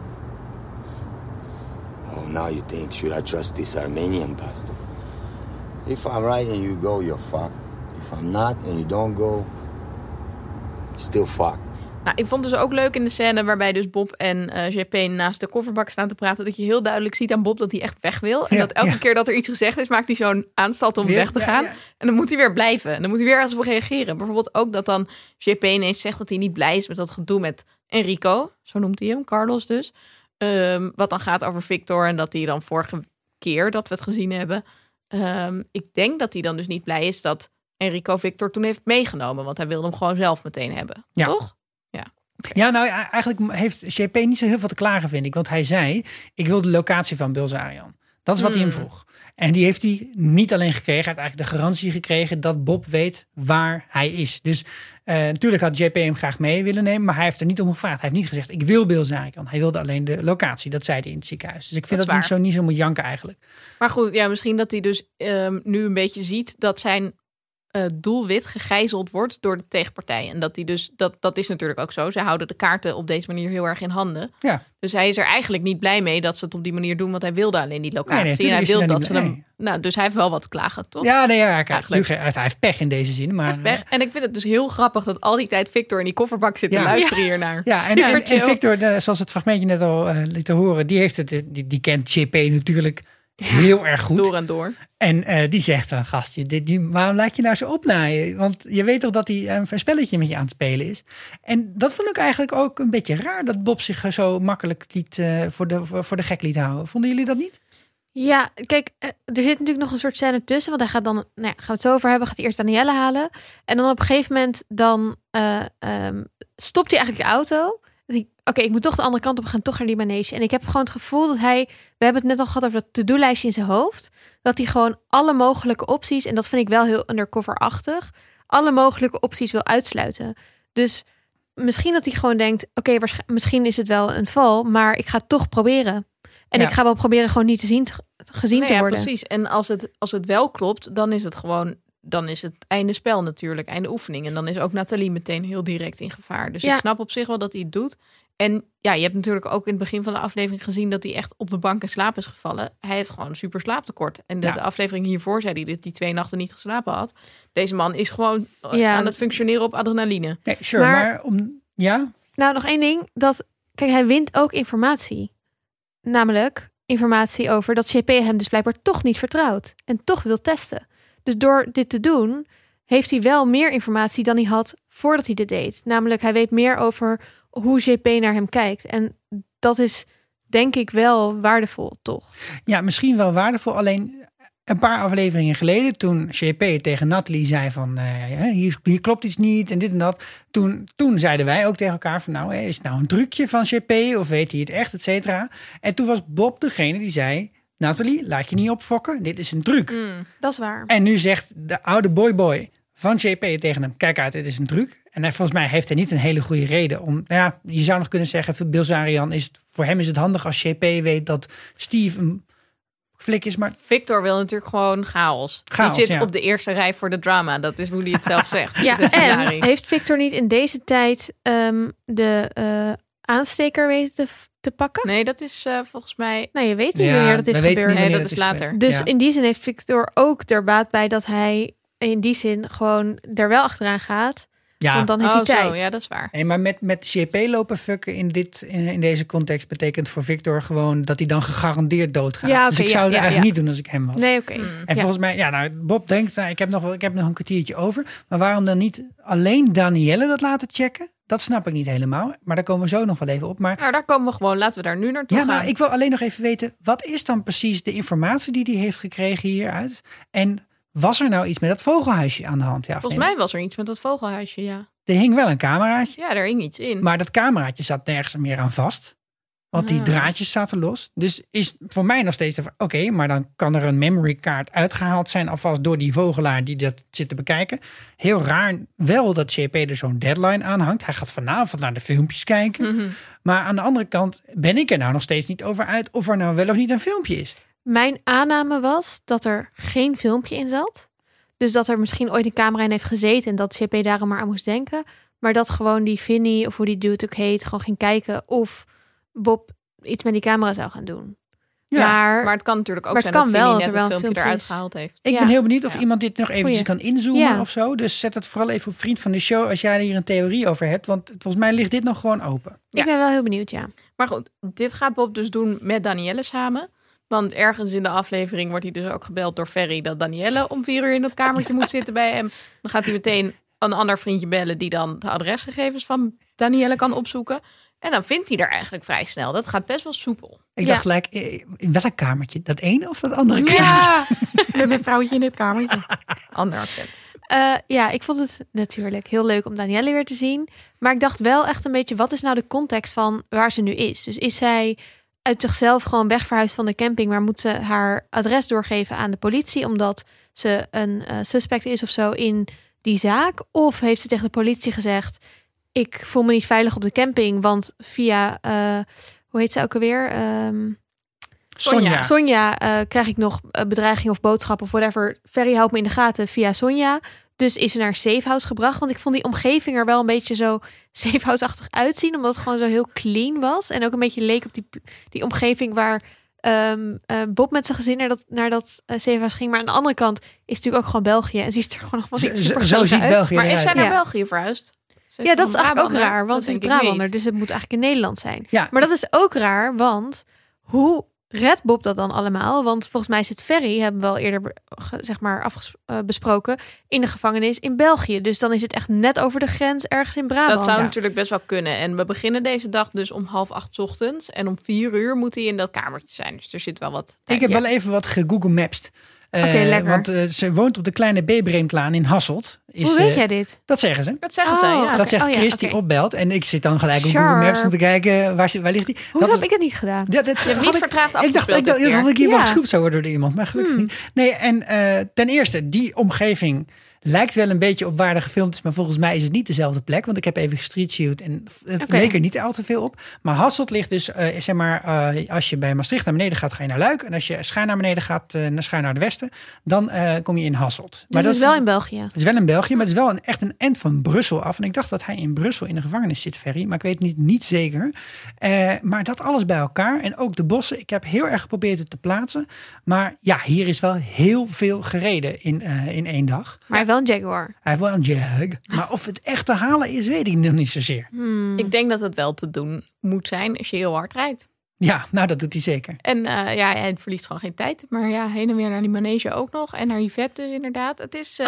Oh, now you think, should I trust this Armenian bastard? If I'm right and you go, you're fucked. If I'm not and you don't go, still fucked. Nou, ik vond dus ook leuk in de scène waarbij dus Bob en JP naast de kofferbak staan te praten, dat je heel duidelijk ziet aan Bob dat hij echt weg wil. En Ja, dat elke ja. keer dat er iets gezegd is, maakt hij zo'n aanstalт om Weer? weg te Ja, gaan. ja. En dan moet hij weer blijven. En dan moet hij weer ergens op reageren. Bijvoorbeeld ook dat dan JP ineens zegt dat hij niet blij is met dat gedoe met Enrico. Zo noemt hij hem, Carlos dus. Wat dan gaat over Victor en dat hij dan vorige keer dat we het gezien hebben. Ik denk dat hij dan dus niet blij is dat Enrico Victor toen heeft meegenomen. Want hij wilde hem gewoon zelf meteen hebben. Ja. Toch? Ja, nou eigenlijk heeft JP niet zo heel veel te klagen, vind ik. Want hij zei, ik wil de locatie van Bilzerian. Dat is wat hij hem vroeg. En die heeft hij niet alleen gekregen. Hij heeft eigenlijk de garantie gekregen dat Bob weet waar hij is. Dus natuurlijk had JP hem graag mee willen nemen. Maar hij heeft er niet om gevraagd. Hij heeft niet gezegd, ik wil Bilzerian. Hij wilde alleen de locatie. Dat zei hij in het ziekenhuis. Dus ik vind Dat is dat niet zo moet janken eigenlijk. Maar goed, ja, misschien dat hij dus nu een beetje ziet dat zijn doelwit gegijzeld wordt door de tegenpartij. En dat die dus, dat is natuurlijk ook zo. Ze houden de kaarten op deze manier heel erg in handen. Ja. Dus hij is er eigenlijk niet blij mee dat ze het op die manier doen, want hij wilde alleen die locatie. Nee, en hij wil dat niet ze hem. Nou, dus hij heeft wel wat te klagen, toch? Ja, hij heeft pech in deze zin. Maar, hij heeft pech. En ik vind het dus heel grappig dat al die tijd Victor in die kofferbak zit te luisteren hiernaar. Ja, en Victor, zoals het fragmentje net al liet horen, die kent JP natuurlijk heel erg goed. Door en door. En die zegt dan, gast, waarom laat je nou zo opnaaien? Want je weet toch dat hij een spelletje met je aan het spelen is. En dat vond ik eigenlijk ook een beetje raar, dat Bob zich zo makkelijk voor de gek liet houden. Vonden jullie dat niet? Ja, kijk, er zit natuurlijk nog een soort scène tussen. Want hij gaat dan, gaan we het zo over hebben, gaat hij eerst Danielle halen. En dan op een gegeven moment stopt hij eigenlijk de auto. Oké, ik moet toch de andere kant op gaan, toch naar die manege. En ik heb gewoon het gevoel dat we hebben het net al gehad over dat to-do-lijstje in zijn hoofd. Dat hij gewoon alle mogelijke opties, en dat vind ik wel heel undercover-achtig, alle mogelijke opties wil uitsluiten. Dus misschien dat hij gewoon denkt, oké, misschien is het wel een val, maar ik ga het toch proberen. En ik ga wel proberen gewoon niet gezien te worden. Precies. En als het wel klopt, dan is het gewoon, dan is het einde spel natuurlijk, einde oefening. En dan is ook Nathalie meteen heel direct in gevaar. Dus ik snap op zich wel dat hij het doet. En ja, je hebt natuurlijk ook in het begin van de aflevering gezien dat hij echt op de bank in slaap is gevallen. Hij heeft gewoon een super slaaptekort. En de aflevering hiervoor zei hij dat hij 2 nachten niet geslapen had. Deze man is gewoon aan het functioneren op adrenaline. Nee, sure, maar Nou, nog 1 ding. Kijk, hij wint ook informatie. Namelijk informatie over dat JP hem dus blijkbaar toch niet vertrouwt. En toch wil testen. Dus door dit te doen, heeft hij wel meer informatie dan hij had voordat hij dit deed. Namelijk, hij weet meer over hoe JP naar hem kijkt. En dat is, denk ik, wel waardevol, toch? Ja, misschien wel waardevol. Alleen een paar afleveringen geleden, toen JP tegen Nathalie zei van hier klopt iets niet en dit en dat. Toen zeiden wij ook tegen elkaar van is het nou een trucje van JP of weet hij het echt, et cetera. En toen was Bob degene die zei, Nathalie, laat je niet opfokken, dit is een truc. Dat is waar. En nu zegt de oude boy van JP tegen hem, kijk uit, dit is een truc. En volgens mij heeft hij niet een hele goede reden om, je zou nog kunnen zeggen, Bilzerian, voor hem is het handig als JP weet dat Steve een flik is, maar Victor wil natuurlijk gewoon chaos. Die zit op de eerste rij voor de drama. Dat is hoe hij het zelf zegt. Ja, en heeft Victor niet in deze tijd de aansteker weten te pakken? Nee, dat is volgens mij. Nou, je weet niet wanneer dat is gebeurd. Nee, dat is later. Dus in die zin heeft Victor ook er baat bij dat hij in die zin gewoon er wel achteraan gaat. Ja. Want dan heeft hij tijd. Zo, ja, dat is waar. Nee, maar met JP lopen fucken in deze context betekent voor Victor gewoon dat hij dan gegarandeerd doodgaat. Ja, dus ik zou het eigenlijk niet doen als ik hem was. Nee, oké. En volgens mij, Bob denkt, ik heb nog een kwartiertje over. Maar waarom dan niet alleen Danielle dat laten checken? Dat snap ik niet helemaal. Maar daar komen we zo nog wel even op. Maar daar komen we gewoon. Laten we daar nu naartoe gaan. Nou, ik wil alleen nog even weten, wat is dan precies de informatie die hij heeft gekregen hieruit? En was er nou iets met dat vogelhuisje aan de hand? Ja, volgens mij was er iets met dat vogelhuisje, ja. Er hing wel een cameraatje. Ja, er hing iets in. Maar dat cameraatje zat nergens meer aan vast. Want die draadjes zaten los. Dus is voor mij nog steeds oké, maar dan kan er een memory card uitgehaald zijn alvast door die vogelaar die dat zit te bekijken. Heel raar wel dat JP er zo'n deadline aan hangt. Hij gaat vanavond naar de filmpjes kijken. Mm-hmm. Maar aan de andere kant ben ik er nou nog steeds niet over uit of er nou wel of niet een filmpje is. Mijn aanname was dat er geen filmpje in zat. Dus dat er misschien ooit een camera in heeft gezeten en dat JP daarom maar aan moest denken. Maar dat gewoon die Vinnie, of hoe die dude ook heet, gewoon ging kijken of Bob iets met die camera zou gaan doen. Ja, maar het kan natuurlijk ook zijn dat Vinnie net het filmpje eruit gehaald heeft. Ik ben heel benieuwd of iemand dit nog eventjes kan inzoomen of zo. Dus zet het vooral even op Vriend van de Show als jij hier een theorie over hebt. Want volgens mij ligt dit nog gewoon open. Ja. Ik ben wel heel benieuwd, ja. Maar goed, dit gaat Bob dus doen met Danielle samen. Want ergens in de aflevering wordt hij dus ook gebeld door Ferry dat Danielle om 4 uur in dat kamertje moet zitten bij hem. Dan gaat hij meteen een ander vriendje bellen die dan de adresgegevens van Danielle kan opzoeken. En dan vindt hij er eigenlijk vrij snel. Dat gaat best wel soepel. Ik dacht gelijk, in welk kamertje? Dat ene of dat andere kamertje? Ja, met mijn vrouwtje in dit kamertje. Ander accent. Ik vond het natuurlijk heel leuk om Danielle weer te zien. Maar ik dacht wel echt een beetje, wat is nou de context van waar ze nu is? Dus is zij uit zichzelf gewoon wegverhuisd van de camping, maar moet ze haar adres doorgeven aan de politie omdat ze een suspect is of zo in die zaak? Of heeft ze tegen de politie gezegd, ik voel me niet veilig op de camping, want via, hoe heet ze ook alweer? Sonja krijg ik nog bedreiging of boodschap of whatever. Ferry houdt me in de gaten via Sonja. Dus is ze naar Safehouse gebracht. Want ik vond die omgeving er wel een beetje zo Safehouse-achtig uitzien. Omdat het gewoon zo heel clean was. En ook een beetje leek op die omgeving waar Bob met zijn gezin naar dat Safehouse ging. Maar aan de andere kant is het natuurlijk ook gewoon België. En ziet er gewoon nog wel super Zo ziet uit. België Maar is eruit. zij naar Ja. België verhuisd? Ja, dat is eigenlijk ook raar. Want Dat het is denk ik Brabander. niet. Dus het moet eigenlijk in Nederland zijn. Ja. Maar dat is ook raar. Want hoe redt Bob dat dan allemaal? Want volgens mij zit Ferry, hebben we al eerder besproken, in de gevangenis in België. Dus dan is het echt net over de grens ergens in Brabant. Dat zou Ja. natuurlijk best wel kunnen. En we beginnen deze dag dus om 7:30 ochtends. En om 4:00 moet hij in dat kamertje zijn. Dus er zit wel wat tijd. Ik heb wel even wat gegoogle Maps'd. Oké, lekker. Want ze woont op de kleine B-Breemtlaan in Hasselt. Hoe weet jij dit? Dat zeggen ze. Dat zeggen ze, Oh, ja. oké. Dat zegt Oh ja, Chris die oké. opbelt. En ik zit dan gelijk op Sharp. Google Maps om te kijken waar ligt die. Hoezo heb ik het niet gedaan? Ja, Je hebt niet vertraagd ik dacht afgespeeld dat dit keer. ik hier wel Ja. gescoopt zou worden door iemand. Maar gelukkig niet. Nee, en ten eerste, die omgeving lijkt wel een beetje op waar er gefilmd is. Maar volgens mij is het niet dezelfde plek. Want ik heb even gestreetshoot en het Oké. leek er niet al te veel op. Maar Hasselt ligt dus, als je bij Maastricht naar beneden gaat, ga je naar Luik. En als je schuin naar beneden gaat, schuin naar het westen, dan kom je in Hasselt. Dus Maar het is wel in België. het is wel in België, maar het is wel echt een end van Brussel af. En ik dacht dat hij in Brussel in de gevangenis zit, Ferry. Maar ik weet niet zeker. Maar dat alles bij elkaar. En ook de bossen. Ik heb heel erg geprobeerd het te plaatsen. Maar ja, hier is wel heel veel gereden in één dag. Maar hij heeft wel een Jaguar. Hij heeft wel een Jag. Maar of het echt te halen is, weet ik nog niet zozeer. Ik denk dat het wel te doen moet zijn als je heel hard rijdt. Ja, nou dat doet hij zeker. En hij verliest gewoon geen tijd. Maar ja, heen en weer naar die manege ook nog. En naar Yvette dus inderdaad. Het is,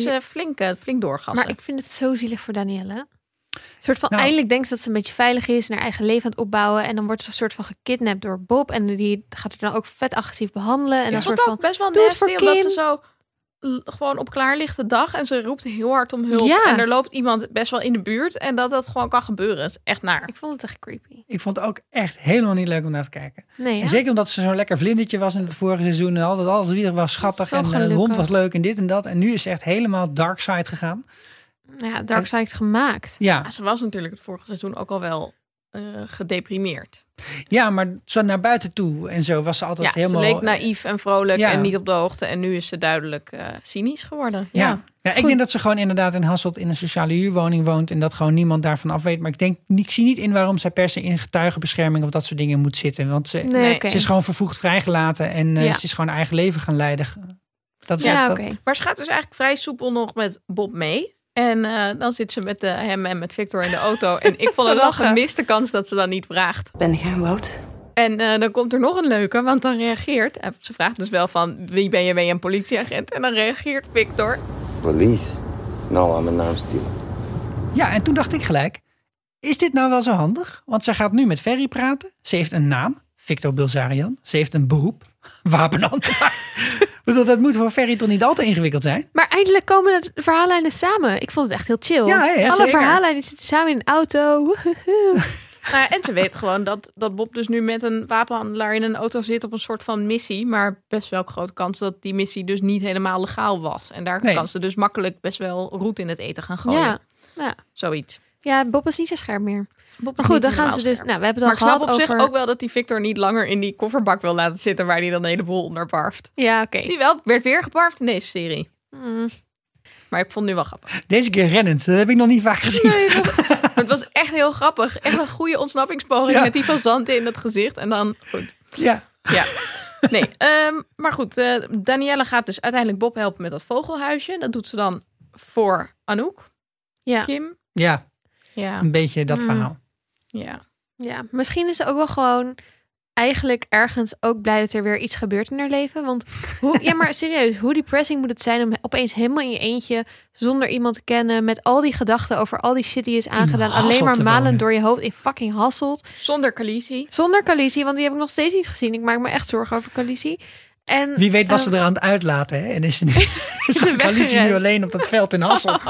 flink doorgassen. Maar ik vind het zo zielig voor Danielle. Een soort van Nou. eindelijk denkt ze dat ze een beetje veilig is en haar eigen leven aan het opbouwen. En dan wordt ze een soort van gekidnapt door Bob. En die gaat er dan ook vet agressief behandelen. En ik dan vond soort het ook van, best wel doe het nasty, voor omdat Kim. ze zo gewoon op klaarlichte dag. En ze roept heel hard om hulp. Ja. En er loopt iemand best wel in de buurt. En dat gewoon kan gebeuren. Het is echt naar. Ik vond het echt creepy. Ik vond het ook echt helemaal niet leuk om naar te kijken. Nee, ja? En zeker omdat ze zo'n lekker vlindertje was in het vorige seizoen. En alles weer was schattig. Zo En de gelukkig. hond was leuk en dit en dat. En nu is ze echt helemaal dark side gegaan. Ja, Darkseid gemaakt. Ja, Ze was natuurlijk het vorige seizoen ook al wel gedeprimeerd. ja, maar zo naar buiten toe en zo was ze altijd Ja, helemaal... ze leek naïef en vrolijk Ja. en niet op de hoogte. En nu is ze duidelijk cynisch geworden. Ja, ja, ik denk dat ze gewoon inderdaad in Hasselt in een sociale huurwoning woont en dat gewoon niemand daarvan af weet. Maar ik zie niet in waarom zij per se in getuigenbescherming of dat soort dingen moet zitten. Want ze, Nee, oké. ze is gewoon vervroegd vrijgelaten en Ja. ze is gewoon haar eigen leven gaan leiden. Dat is Ja, dat- oké. Maar ze gaat dus eigenlijk vrij soepel nog met Bob mee. En dan zit ze met hem en met Victor in de auto. En ik vond Zo het wel lachen. gemiste kans dat ze dan niet vraagt. Ben jij een Wout? En dan komt er nog een leuke, want dan reageert... Ze vraagt dus wel van, wie ben je? Ben je een politieagent? En dan reageert Victor. Police? No, I'm an arms dealer. Ja, en toen dacht ik gelijk, is dit nou wel zo handig? Want zij gaat nu met Ferry praten. Ze heeft een naam, Victor Bilzarian. Ze heeft een beroep, wapenhandelaar. Ik bedoel, dat moet voor Ferry toch niet al te ingewikkeld zijn? Maar eindelijk komen de verhaallijnen samen. Ik vond het echt heel chill. Ja, ja, Alle zeker. verhaallijnen zitten samen in een auto. Woehoehoe. Nou ja, en ze weet gewoon dat Bob dus nu met een wapenhandelaar in een auto zit op een soort van missie. Maar best wel grote kans dat die missie dus niet helemaal legaal was. En daar Nee. kan ze dus makkelijk best wel roet in het eten gaan gooien. Ja. Zoiets. Ja, Bob is niet zo scherp meer. Bob Maar is goed, niet dan gaan ze helemaal dus... scherp. Nou, we hebben Maar het ik al snap gehad op zich over... ook wel dat die Victor niet langer in die kofferbak wil laten zitten waar hij dan een heleboel onder barft. Ja, oké. Zie je wel, werd weer gebarfd in deze serie. Mm. Maar ik vond het nu wel grappig. Deze keer rennend, dat heb ik nog niet vaak gezien. Nee, het was echt heel grappig. Echt een goede ontsnappingspoging Ja. met die van zand in het gezicht. En dan, goed. Ja, Ja. Nee, maar goed. Danielle gaat dus uiteindelijk Bob helpen met dat vogelhuisje. Dat doet ze dan voor Anouk. Ja. Kim. ja, Ja. een beetje dat Mm. verhaal. Ja. Ja, misschien is ze ook wel gewoon eigenlijk ergens ook blij dat er weer iets gebeurt in haar leven. Want ja, maar serieus, hoe depressing moet het zijn om opeens helemaal in je eentje, zonder iemand te kennen, met al die gedachten over al die shit die is aangedaan, alleen Hasselt maar te malend wonen. door je hoofd in fucking Hasselt. Zonder Khaleesi. Zonder Khaleesi, want die heb ik nog steeds niet gezien. Ik maak me echt zorgen over Khaleesi. En Wie weet was ze er aan het uitlaten. Hè? En is ze nu, ze Khaleesi nu weggerend. alleen op dat veld in Hasselt.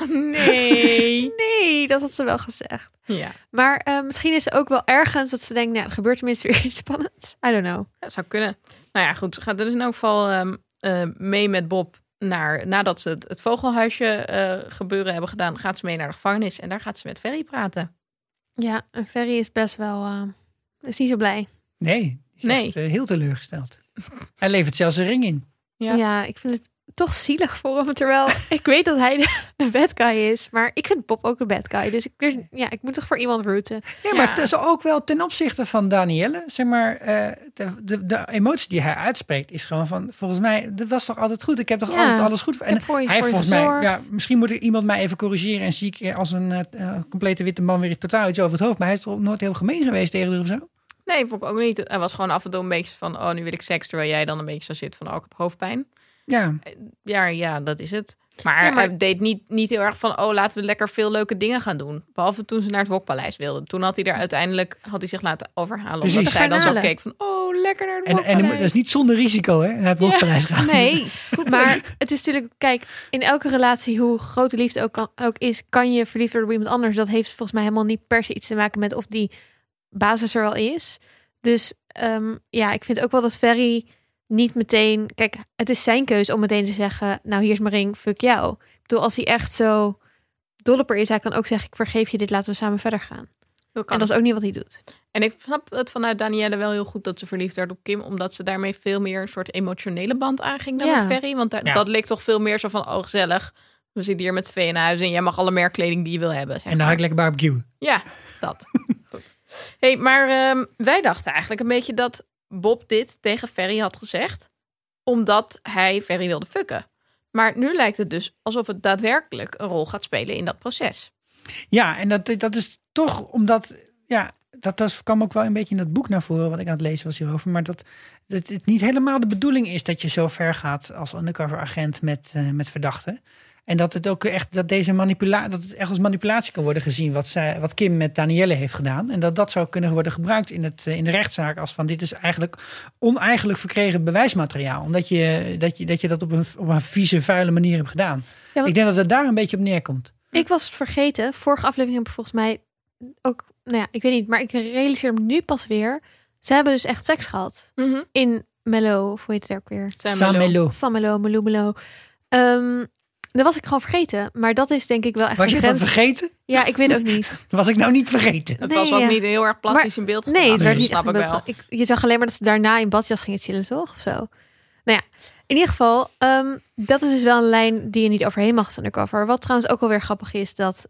Nee. nee, dat had ze wel gezegd. Ja. Maar misschien is ze ook wel ergens dat ze denkt, nou, er gebeurt tenminste weer iets spannends. I don't know. Dat zou kunnen. Nou ja, goed. Ze gaat dus in elk geval mee met Bob nadat ze het vogelhuisje gebeuren hebben gedaan, gaat ze mee naar de gevangenis. En daar gaat ze met Ferry praten. Ja, en Ferry is best wel, is niet zo blij. Nee, die is Nee. echt heel teleurgesteld. Hij levert zelfs een ring in. Ja. Ja, ik vind het toch zielig voor hem. Terwijl ik weet dat hij de bad guy is. Maar ik vind Bob ook een bad guy. Dus ik moet toch voor iemand rooten. Ja, maar het is ook wel ten opzichte van Danielle. Zeg maar, de emotie die hij uitspreekt is gewoon van... Volgens mij, dat was toch altijd goed? Ik heb toch altijd alles goed? En hij volgens mij... misschien moet iemand mij even corrigeren... en zie ik als een complete witte man weer totaal iets over het hoofd. Maar hij is toch nooit heel gemeen geweest tegen haar of zo? Nee, vond ik ook niet. Hij was gewoon af en toe een beetje van... nu wil ik seks, terwijl jij dan een beetje zo zit van... ik heb hoofdpijn. Ja, dat is het. Maar hij deed niet heel erg van... laten we lekker veel leuke dingen gaan doen. Behalve toen ze naar het Wokpaleis wilden. Toen had hij er uiteindelijk zich laten overhalen. Precies. Omdat zij dan zo keek van... lekker naar het Wokpaleis. En dat is niet zonder risico, hè? Naar het Wokpaleis gaan. Nee, maar het is natuurlijk... Kijk, in elke relatie, hoe groot de liefde ook is... kan je verliefd worden op iemand anders. Dat heeft volgens mij helemaal niet per se iets te maken met... of die basis er al is. Dus ik vind ook wel dat Ferry... niet meteen... Kijk, het is zijn keuze om meteen te zeggen... nou, hier is mijn ring, fuck jou. Ik bedoel, als hij echt zo dol op er is... hij kan ook zeggen, ik vergeef je dit, laten we samen verder gaan. En dat is ook niet wat hij doet. En ik snap het vanuit Danielle wel heel goed... dat ze verliefd werd op Kim... omdat ze daarmee veel meer een soort emotionele band aanging dan met Ferry. Want dat leek toch veel meer zo van... gezellig, we zitten hier met 2 tweeën in huis... en jij mag alle merkkleding die je wil hebben. En dan ga ik lekker barbecuen. Ja, dat. Hey, maar wij dachten eigenlijk een beetje dat... Bob dit tegen Ferry had gezegd... omdat hij Ferry wilde fucken. Maar nu lijkt het dus alsof het daadwerkelijk een rol gaat spelen in dat proces. Ja, en dat is toch omdat... Ja, dat kwam ook wel een beetje in dat boek naar voren... wat ik aan het lezen was hierover. Maar dat het niet helemaal de bedoeling is... dat je zo ver gaat als undercover agent met verdachten. En dat het ook echt dat het echt als manipulatie kan worden gezien wat Kim met Danielle heeft gedaan. En dat zou kunnen worden gebruikt in de rechtszaak als van dit is eigenlijk oneigenlijk verkregen bewijsmateriaal. Omdat je dat op een vieze, vuile manier hebt gedaan. Ja, ik denk dat het daar een beetje op neerkomt. Ik was het vergeten. Vorige aflevering heb ik volgens mij ook, ik weet niet, maar ik realiseer me nu pas weer. Ze hebben dus echt seks gehad. Mm-hmm. In Melo, of hoe heet het ook weer? Saint-Malo. Dat was ik gewoon vergeten. Maar dat is denk ik wel echt was je dat vergeten? Ja, ik weet ook niet. Dat was ik nou niet vergeten. Het was ook niet heel erg plastisch in beeld. Nee, het werd niet snap echt in beeld. Je zag alleen maar dat ze daarna in badjas gingen chillen, toch? Of zo. Nou ja, in ieder geval, dat is dus wel een lijn die je niet overheen mag als undercover. Wat trouwens ook alweer grappig is, dat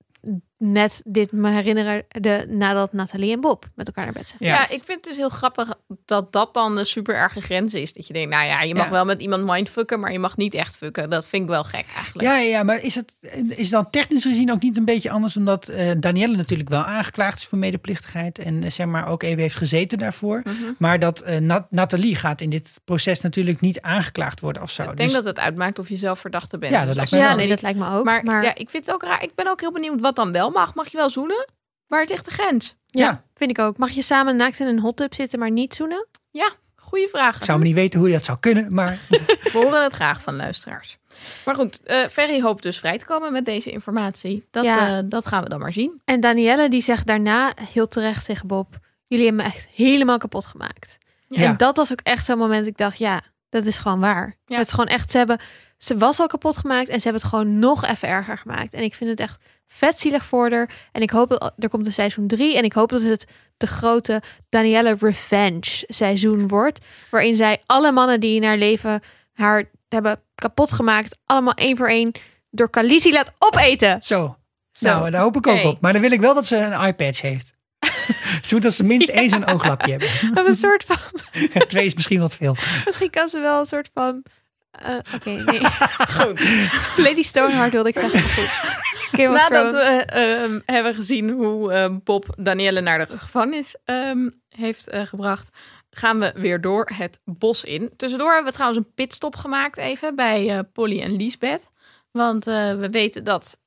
net dit me herinnerde nadat Nathalie en Bob met elkaar naar bed zijn. Ja, ik vind het dus heel grappig dat dan de super erge grens is. Dat je denkt, nou ja, je mag wel met iemand mindfucken, maar je mag niet echt fucken. Dat vind ik wel gek eigenlijk. Ja, maar is dan technisch gezien ook niet een beetje anders? Omdat Danielle natuurlijk wel aangeklaagd is voor medeplichtigheid en zeg maar ook even heeft gezeten daarvoor. Mm-hmm. Maar dat Nathalie gaat in dit proces natuurlijk niet aangeklaagd worden of zo. Ik denk dat het uitmaakt of je zelf verdachte bent. Ja, dat lijkt me wel. Nee, dat lijkt me ook. Maar ja, ik vind het ook raar. Ik ben ook heel benieuwd wat dan wel mag. Mag je wel zoenen? Waar ligt de grens? Ja, vind ik ook. Mag je samen naakt in een hot tub zitten, maar niet zoenen? Ja, goede vraag. Ik zou me niet weten hoe dat zou kunnen, maar... We horen het graag van luisteraars. Maar goed, Ferry hoopt dus vrij te komen met deze informatie. Dat gaan we dan maar zien. En Danielle die zegt daarna heel terecht tegen Bob... jullie hebben me echt helemaal kapot gemaakt. Ja. En dat was ook echt zo'n moment ik dacht, ja, dat is gewoon waar. Ja. Het is gewoon echt, ze was al kapot gemaakt en ze hebben het gewoon nog even erger gemaakt. En ik vind het echt vet zielig voor haar. En ik hoop dat er komt een seizoen 3. En ik hoop dat het de grote Danielle Revenge seizoen wordt. Waarin zij alle mannen die in haar leven haar hebben kapot gemaakt. Allemaal 1 voor 1 door Khaleesi laat opeten. Zo. Nou, daar hoop ik ook op. Maar dan wil ik wel dat ze een eyepatch heeft. Zodat ze minstens 1 zo'n ooglapje hebben. Of een soort van... 2 is misschien wat veel. Misschien kan ze wel een soort van... Oké, nee. Goed. Lady Stoneheart wilde ik zeggen. Goed. Nadat we hebben gezien hoe Bob Danielle naar de gevangenis heeft gebracht, gaan we weer door het bos in. Tussendoor hebben we trouwens een pitstop gemaakt even bij Polly en Liesbeth. Want we weten dat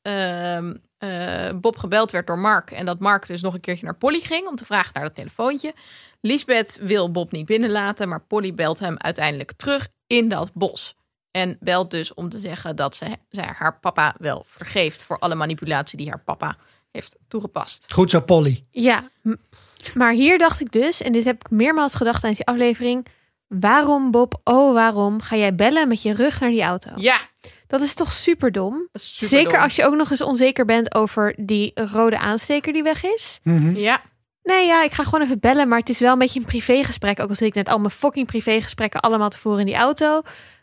Bob gebeld werd door Mark en dat Mark dus nog een keertje naar Polly ging om te vragen naar dat telefoontje. Liesbeth wil Bob niet binnenlaten, maar Polly belt hem uiteindelijk terug in dat bos. En belt dus om te zeggen dat zij haar papa wel vergeeft voor alle manipulatie die haar papa heeft toegepast. Goed zo, Polly. Ja, maar hier dacht ik dus, en dit heb ik meermaals gedacht tijdens die aflevering. Waarom, Bob, waarom ga jij bellen met je rug naar die auto? Ja. Dat is toch superdom? Zeker als je ook nog eens onzeker bent over die rode aansteker die weg is. Mm-hmm. Ja. Nee, ja, ik ga gewoon even bellen, maar het is wel een beetje een privégesprek. Ook al zit ik net al mijn fucking privégesprekken allemaal te voeren in die auto.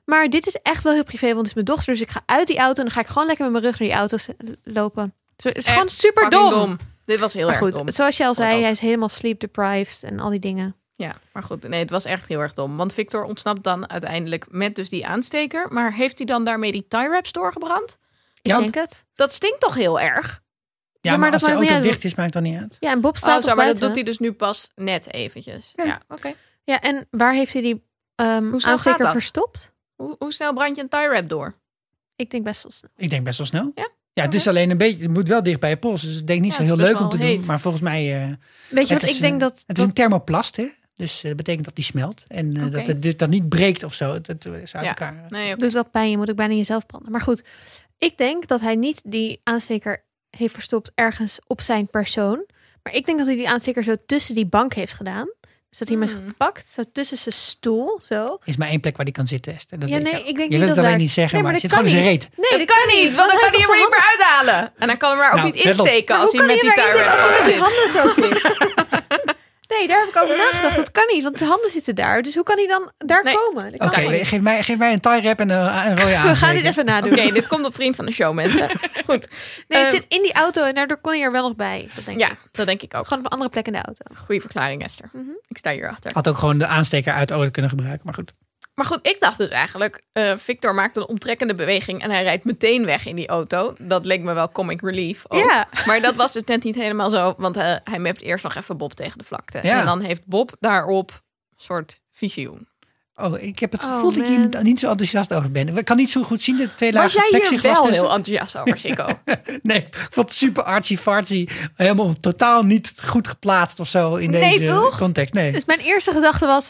Maar dit is echt wel heel privé, want het is mijn dochter. Dus ik ga uit die auto en dan ga ik gewoon lekker met mijn rug naar die auto lopen. Het is gewoon super dom. Dit was heel maar erg goed, dom. zoals je al zei, hij is helemaal sleep deprived en al die dingen. Ja, maar goed. Nee, het was echt heel erg dom. Want Victor ontsnapt dan uiteindelijk met dus die aansteker. Maar heeft hij dan daarmee die tie wraps doorgebrand? Ik denk het. Dat stinkt toch heel erg? Ja, maar als de maakt niet auto uit. dicht is, maakt dat niet uit. Ja, en Bob staat Maar buiten. dat doet hij dus nu pas net eventjes. Ja, oké. Ja, en waar heeft hij die snel gaat aansteker dat? verstopt? Hoe snel brand je een tie wrap door? Ik denk best wel snel. Ik denk best wel snel. Ja? Ja, het is alleen een beetje... Het moet wel dicht bij je pols. Dus ik denk niet Ja, zo het heel is best leuk om te wel doen. heet. Maar volgens mij... Weet je het wat is, ik denk dat... Het is een thermoplast, hè? Dus dat betekent dat die smelt. En Oké. dat het dat niet breekt of zo. Het is uit elkaar. Nee, oké. doet wel pijn, je moet ook bijna jezelf branden. Maar goed, ik denk dat hij niet die aansteker heeft verstopt ergens op zijn persoon. Maar ik denk dat hij die aansteker zo tussen die bank heeft gedaan. Dus dat hij hem heeft gepakt, zo tussen zijn stoel, zo. Is maar één plek waar die kan zitten, Esther. Dat Ja, weet nee, je. ik denk je niet wilt dat het alleen daar- niet zeggen, Nee, maar maar het dat zit gewoon in kan zijn reet. Nee, dat kan niet, want dan kan hij hem er niet meer uit. uithalen. En dan kan hij hem er ook Nou, niet let op. insteken als Hoe hij kan met hij die erin tie zitten wrap als hij met vast die zit. handen zo zit? Nee, daar heb ik over nagedacht. Dat kan niet, want de handen zitten daar. Dus hoe kan hij dan daar Nee. komen? Dat kan Oké, niet. geef mij een tie wrap en een rode aansteker. We gaan dit even nadoen. Oké, dit komt op Vriend van de Show, mensen. Goed. Nee, het Eh, zit in die auto en daardoor kon hij er wel nog bij. Dat denk Ja, ik. dat denk ik ook. Gewoon op een andere plek in de auto. Goeie verklaring, Esther. Ik sta hierachter. Had ook gewoon de aansteker uit de auto kunnen gebruiken, maar goed. Maar goed, ik dacht dus eigenlijk... Victor maakt een omtrekkende beweging en hij rijdt meteen weg in die auto. Dat leek me wel comic relief ook. Ja. Maar dat was dus net niet helemaal zo. Want hij mapt eerst nog even Bob tegen de vlakte. Ja. En dan heeft Bob daarop een soort visioen. Oh, ik heb het Oh, gevoel dat ik man. hier niet zo enthousiast over ben. Ik kan niet zo goed zien de twee Was lagen jij hier plexiglas wel tussen. heel enthousiast over, Chico? Nee, ik vond het super artsy-fartsy. Helemaal totaal niet goed geplaatst of zo in Nee, deze toch? context. Nee. Dus mijn eerste gedachte was...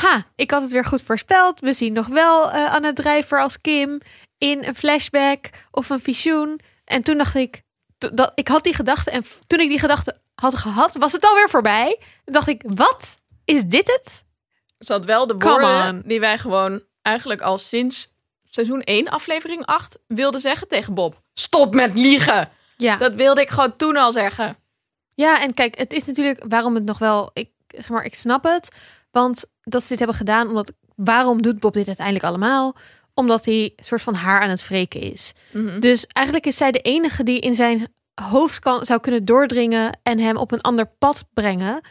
ik had het weer goed voorspeld. We zien nog wel Anna Drijver als Kim in een flashback of een visioen. En toen dacht ik... Ik had die gedachte. En toen ik die gedachte had gehad, was het alweer voorbij. Toen dacht ik, wat? Is dit het? Ze had wel de Come woorden on. die wij gewoon eigenlijk al sinds seizoen 1, aflevering 8 wilden zeggen tegen Bob. Stop met liegen! Ja. Dat wilde ik gewoon toen al zeggen. Ja, en kijk, het is natuurlijk waarom het nog wel... Ik snap het. Want dat ze dit hebben gedaan, omdat... Waarom doet Bob dit uiteindelijk allemaal? Omdat hij een soort van haar aan het wreken is. Dus eigenlijk is zij de enige die in zijn hoofd zou kunnen doordringen... en hem op een ander pad brengen.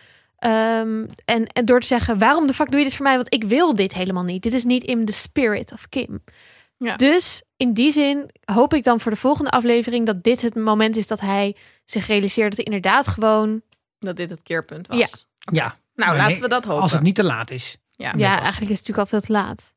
En door te zeggen, waarom de fuck doe je dit voor mij? Want ik wil dit helemaal niet. Dit is niet in the spirit of Kim. Ja. Dus in die zin hoop ik dan voor de volgende aflevering... dat dit het moment is dat hij zich realiseert... dat hij inderdaad gewoon... Dat dit het keerpunt was. Ja. Ja. Nou, Maar laten nee, we dat hopen. Als het niet te laat is. Ja. Ja, eigenlijk is het natuurlijk al veel te laat.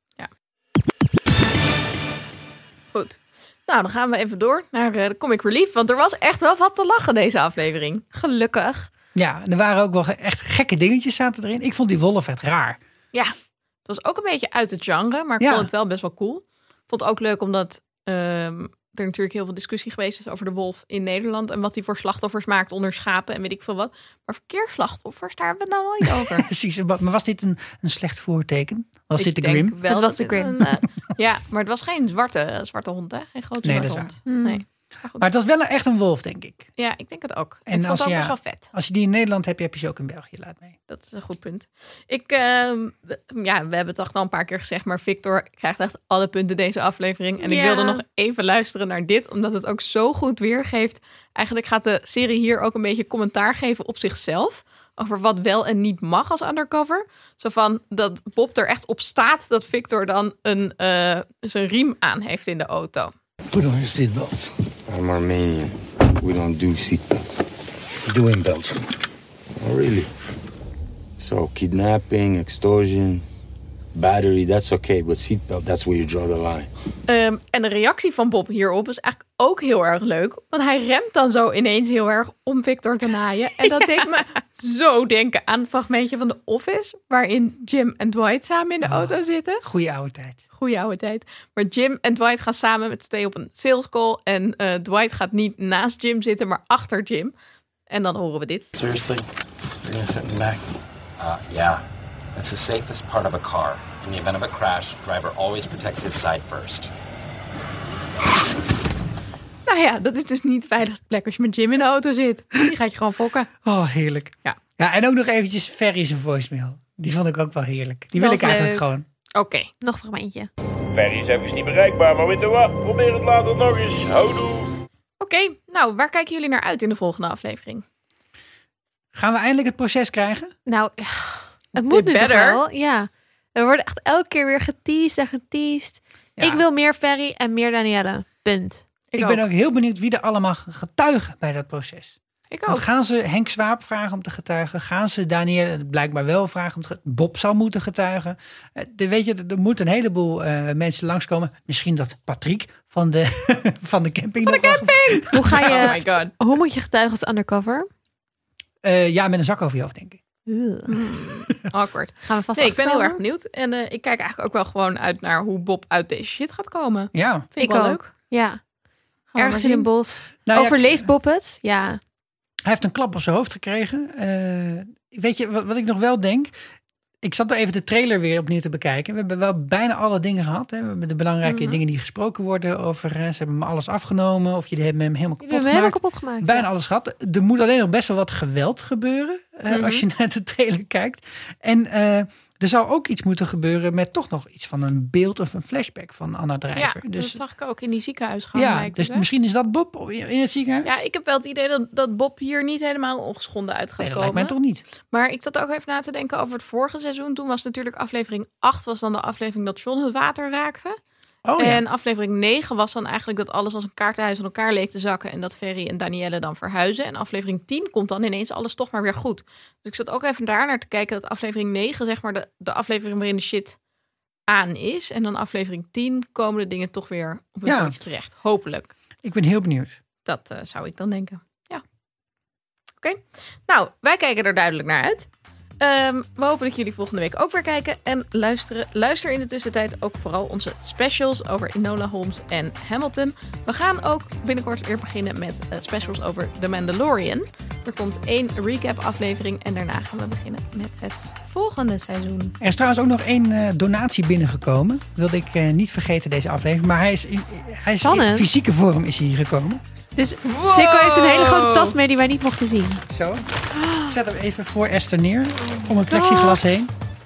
Goed. Nou, dan gaan we even door naar de comic relief. Want er was echt wel wat te lachen deze aflevering. Gelukkig. Ja, en er waren ook wel echt gekke dingetjes zaten erin. Ik vond die wolf echt raar. Ja, het was ook een beetje uit het genre. Maar ik Ja. vond het wel best wel cool. Ik vond het ook leuk omdat er natuurlijk heel veel discussie geweest is over de wolf in Nederland. En wat die voor slachtoffers maakt onder schapen en weet ik veel wat. Maar verkeersslachtoffers, daar hebben we het nou nooit over. Precies. Maar was dit een slecht voorteken? Was Ik dit de denk Grim? wel Het was dat de dit Grim. ja, maar het was geen zwarte hond, hè? Geen grote Nee, zwarte dat is hond. Nee. Maar goed. Maar het was wel echt een wolf, denk ik. Ja, ik denk het ook. En Ik vond als het ook ja- best wel vet. Als je die in Nederland hebt, heb je ze ook in België. Laat mee. Dat is een goed punt. We hebben het toch al een paar keer gezegd, maar Victor krijgt echt alle punten deze aflevering. En ik Ja. wilde nog even luisteren naar dit, omdat het ook zo goed weergeeft. Eigenlijk gaat de serie hier ook een beetje commentaar geven op zichzelf. Over wat wel en niet mag als undercover. Zo van dat Bob er echt op staat dat Victor dan zijn riem aan heeft in de auto. Put on your seatbelt. I'm Armenian. We don't do seatbelts. We do in Belgium. Oh, really? So, kidnapping, extortion, battery, that's okay. But seatbelt, that's where you draw the line. En de reactie van Bob hierop is eigenlijk ook heel erg leuk. Want hij remt dan zo ineens heel erg om Victor te naaien. En dat deed me zo denken aan een fragmentje van The Office. Waarin Jim en Dwight samen in de auto zitten. Goeie oude tijd. Goeie oude tijd. Maar Jim en Dwight gaan samen met z'n tweeën op een sales call. En Dwight gaat niet naast Jim zitten, maar achter Jim. En dan horen we dit. Seriously? You're gonna sit in the back? Yeah. It's the safest part of a car. In the event of a crash, driver always protects his side first. Nou ja, dat is dus niet de veiligste plek als je met Jim in de auto zit. Die gaat je gewoon fokken. Oh, heerlijk. Ja. Ja, en ook nog eventjes Ferry's voicemail. Die vond ik ook wel heerlijk. Die wil Dat ik is eigenlijk leuk. gewoon. Oké. Nog een fragmentje. Ferry is even niet bereikbaar, maar weet je wat? Probeer het later nog eens. Houdoe. Oké, nou, waar kijken jullie naar uit in de volgende aflevering? Gaan we eindelijk het proces krijgen? Nou, het moet nu toch wel. Ja. We worden echt elke keer weer geteased en geteased. Ja. Ik wil meer Ferry en meer Danielle. Punt. Ik ben ook heel benieuwd wie er allemaal getuigen bij dat proces. Ik ook. Want gaan ze Henk Swaap vragen om te getuigen? Gaan ze Danielle blijkbaar wel vragen om te getuigen? Bob zal moeten getuigen. Weet je, er moeten een heleboel mensen langskomen. Misschien dat Patrick van de camping. Van de camping! Hoe ga je? Oh my God. Hoe moet je getuigen als undercover? Ja, met een zak over je hoofd, denk ik. Awkward. Gaan we vast ik ben heel erg benieuwd. En ik kijk eigenlijk ook wel gewoon uit naar hoe Bob uit deze shit gaat komen. Ja. Vind ik wel ook. Leuk. Ja. Ergens in een bos. Nou, overleeft Bob het? Ja. Hij heeft een klap op zijn hoofd gekregen. Weet je, wat ik nog wel denk... Ik zat er even de trailer weer opnieuw te bekijken. We hebben wel bijna alle dingen gehad. Hè. We hebben de belangrijke dingen die gesproken worden over... Ze hebben me alles afgenomen of jullie hebben hem helemaal kapot gemaakt. Bijna alles gehad. Er moet alleen nog best wel wat geweld gebeuren... als je naar de trailer kijkt. En er zou ook iets moeten gebeuren met toch nog iets van een beeld of een flashback van Anna Drijver. Ja, dus, dat zag ik ook in die ziekenhuisgang. Ja, dus misschien is dat Bob in het ziekenhuis? Ja, ik heb wel het idee dat Bob hier niet helemaal ongeschonden uit gaat komen. Dat lijkt mij toch niet. Maar ik zat ook even na te denken over het vorige seizoen. Toen was natuurlijk aflevering 8 was dan de aflevering dat John het water raakte. Oh, en aflevering 9 was dan eigenlijk dat alles als een kaartenhuis aan elkaar leek te zakken. En dat Ferry en Danielle dan verhuizen. En aflevering 10 komt dan ineens alles toch maar weer goed. Dus ik zat ook even daar naar te kijken dat aflevering 9 zeg maar de aflevering waarin de shit aan is. En dan aflevering 10 komen de dingen toch weer op een puntje terecht. Hopelijk. Ik ben heel benieuwd. Dat zou ik dan denken. Ja. Oké. Nou, wij kijken er duidelijk naar uit. We hopen dat jullie volgende week ook weer kijken en luisteren. Luister in de tussentijd ook vooral onze specials over Enola Holmes en Hamilton. We gaan ook binnenkort weer beginnen met specials over The Mandalorian. Er komt 1 recap aflevering en daarna gaan we beginnen met het volgende seizoen. Er is trouwens ook nog 1 donatie binnengekomen. Wilde ik niet vergeten deze aflevering. Maar hij is in fysieke vorm is hij hier gekomen. Dus Sikko heeft een hele grote tas mee die wij niet mochten zien. Zo. Ik zet hem even voor Esther neer. Om een plexiglas heen.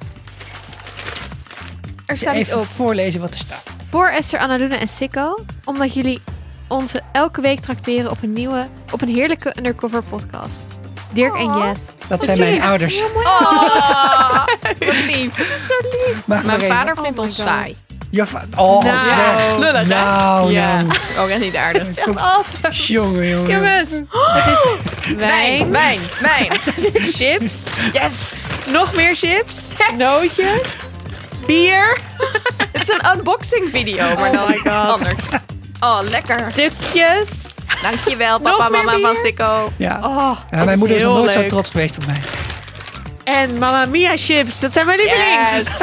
Er staat even op. Voorlezen wat er staat. Voor Esther, Annaluna en Sikko. Omdat jullie ons elke week trakteren op een heerlijke undercover podcast. Dirk en Jess. Dat zijn mijn ouders. Wat lief. Dat is zo lief. Mijn vader vindt ons saai. Zeg. Lullig, nou, hè? Ja, nou. ook echt niet aardig. Dat is echt awesome. Jongen. Jongens, het is wijn. Het is chips. Yes. Nog meer chips. Yes. Nootjes. Bier. Het is een unboxing video, maar dan anders. Oh, lekker. Stukjes. Dankjewel, papa, mama van Sikko. Ja. Mijn moeder is nog nooit zo trots geweest op mij. En Mamma Mia chips. Dat zijn mijn lievelings. Yes.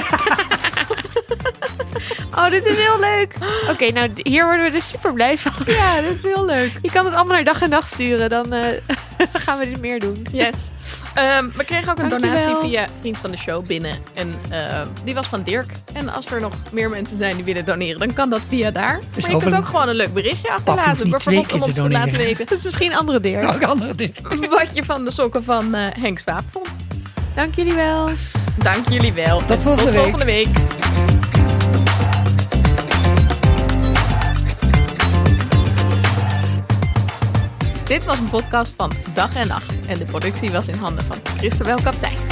Oh, dit is heel leuk. Oké, nou hier worden we dus super blij van. Ja, dit is heel leuk. Je kan het allemaal naar dag en nacht sturen. Dan gaan we dit meer doen. Yes. We kregen ook een donatie via Vriend van de Show binnen. En die was van Dirk. En als er nog meer mensen zijn die willen doneren, dan kan dat via daar. Dus maar je kunt ook gewoon een leuk berichtje achterlaten. Bijvoorbeeld om ons te laten weten. Het is misschien andere Dirk. Ook andere Dirk. Wat je van de sokken van Henk Swaap vond. Dank jullie wel. Dank jullie wel. Tot volgende week. Dit was een podcast van Dag en Nacht. En de productie was in handen van Christabel Kaptein.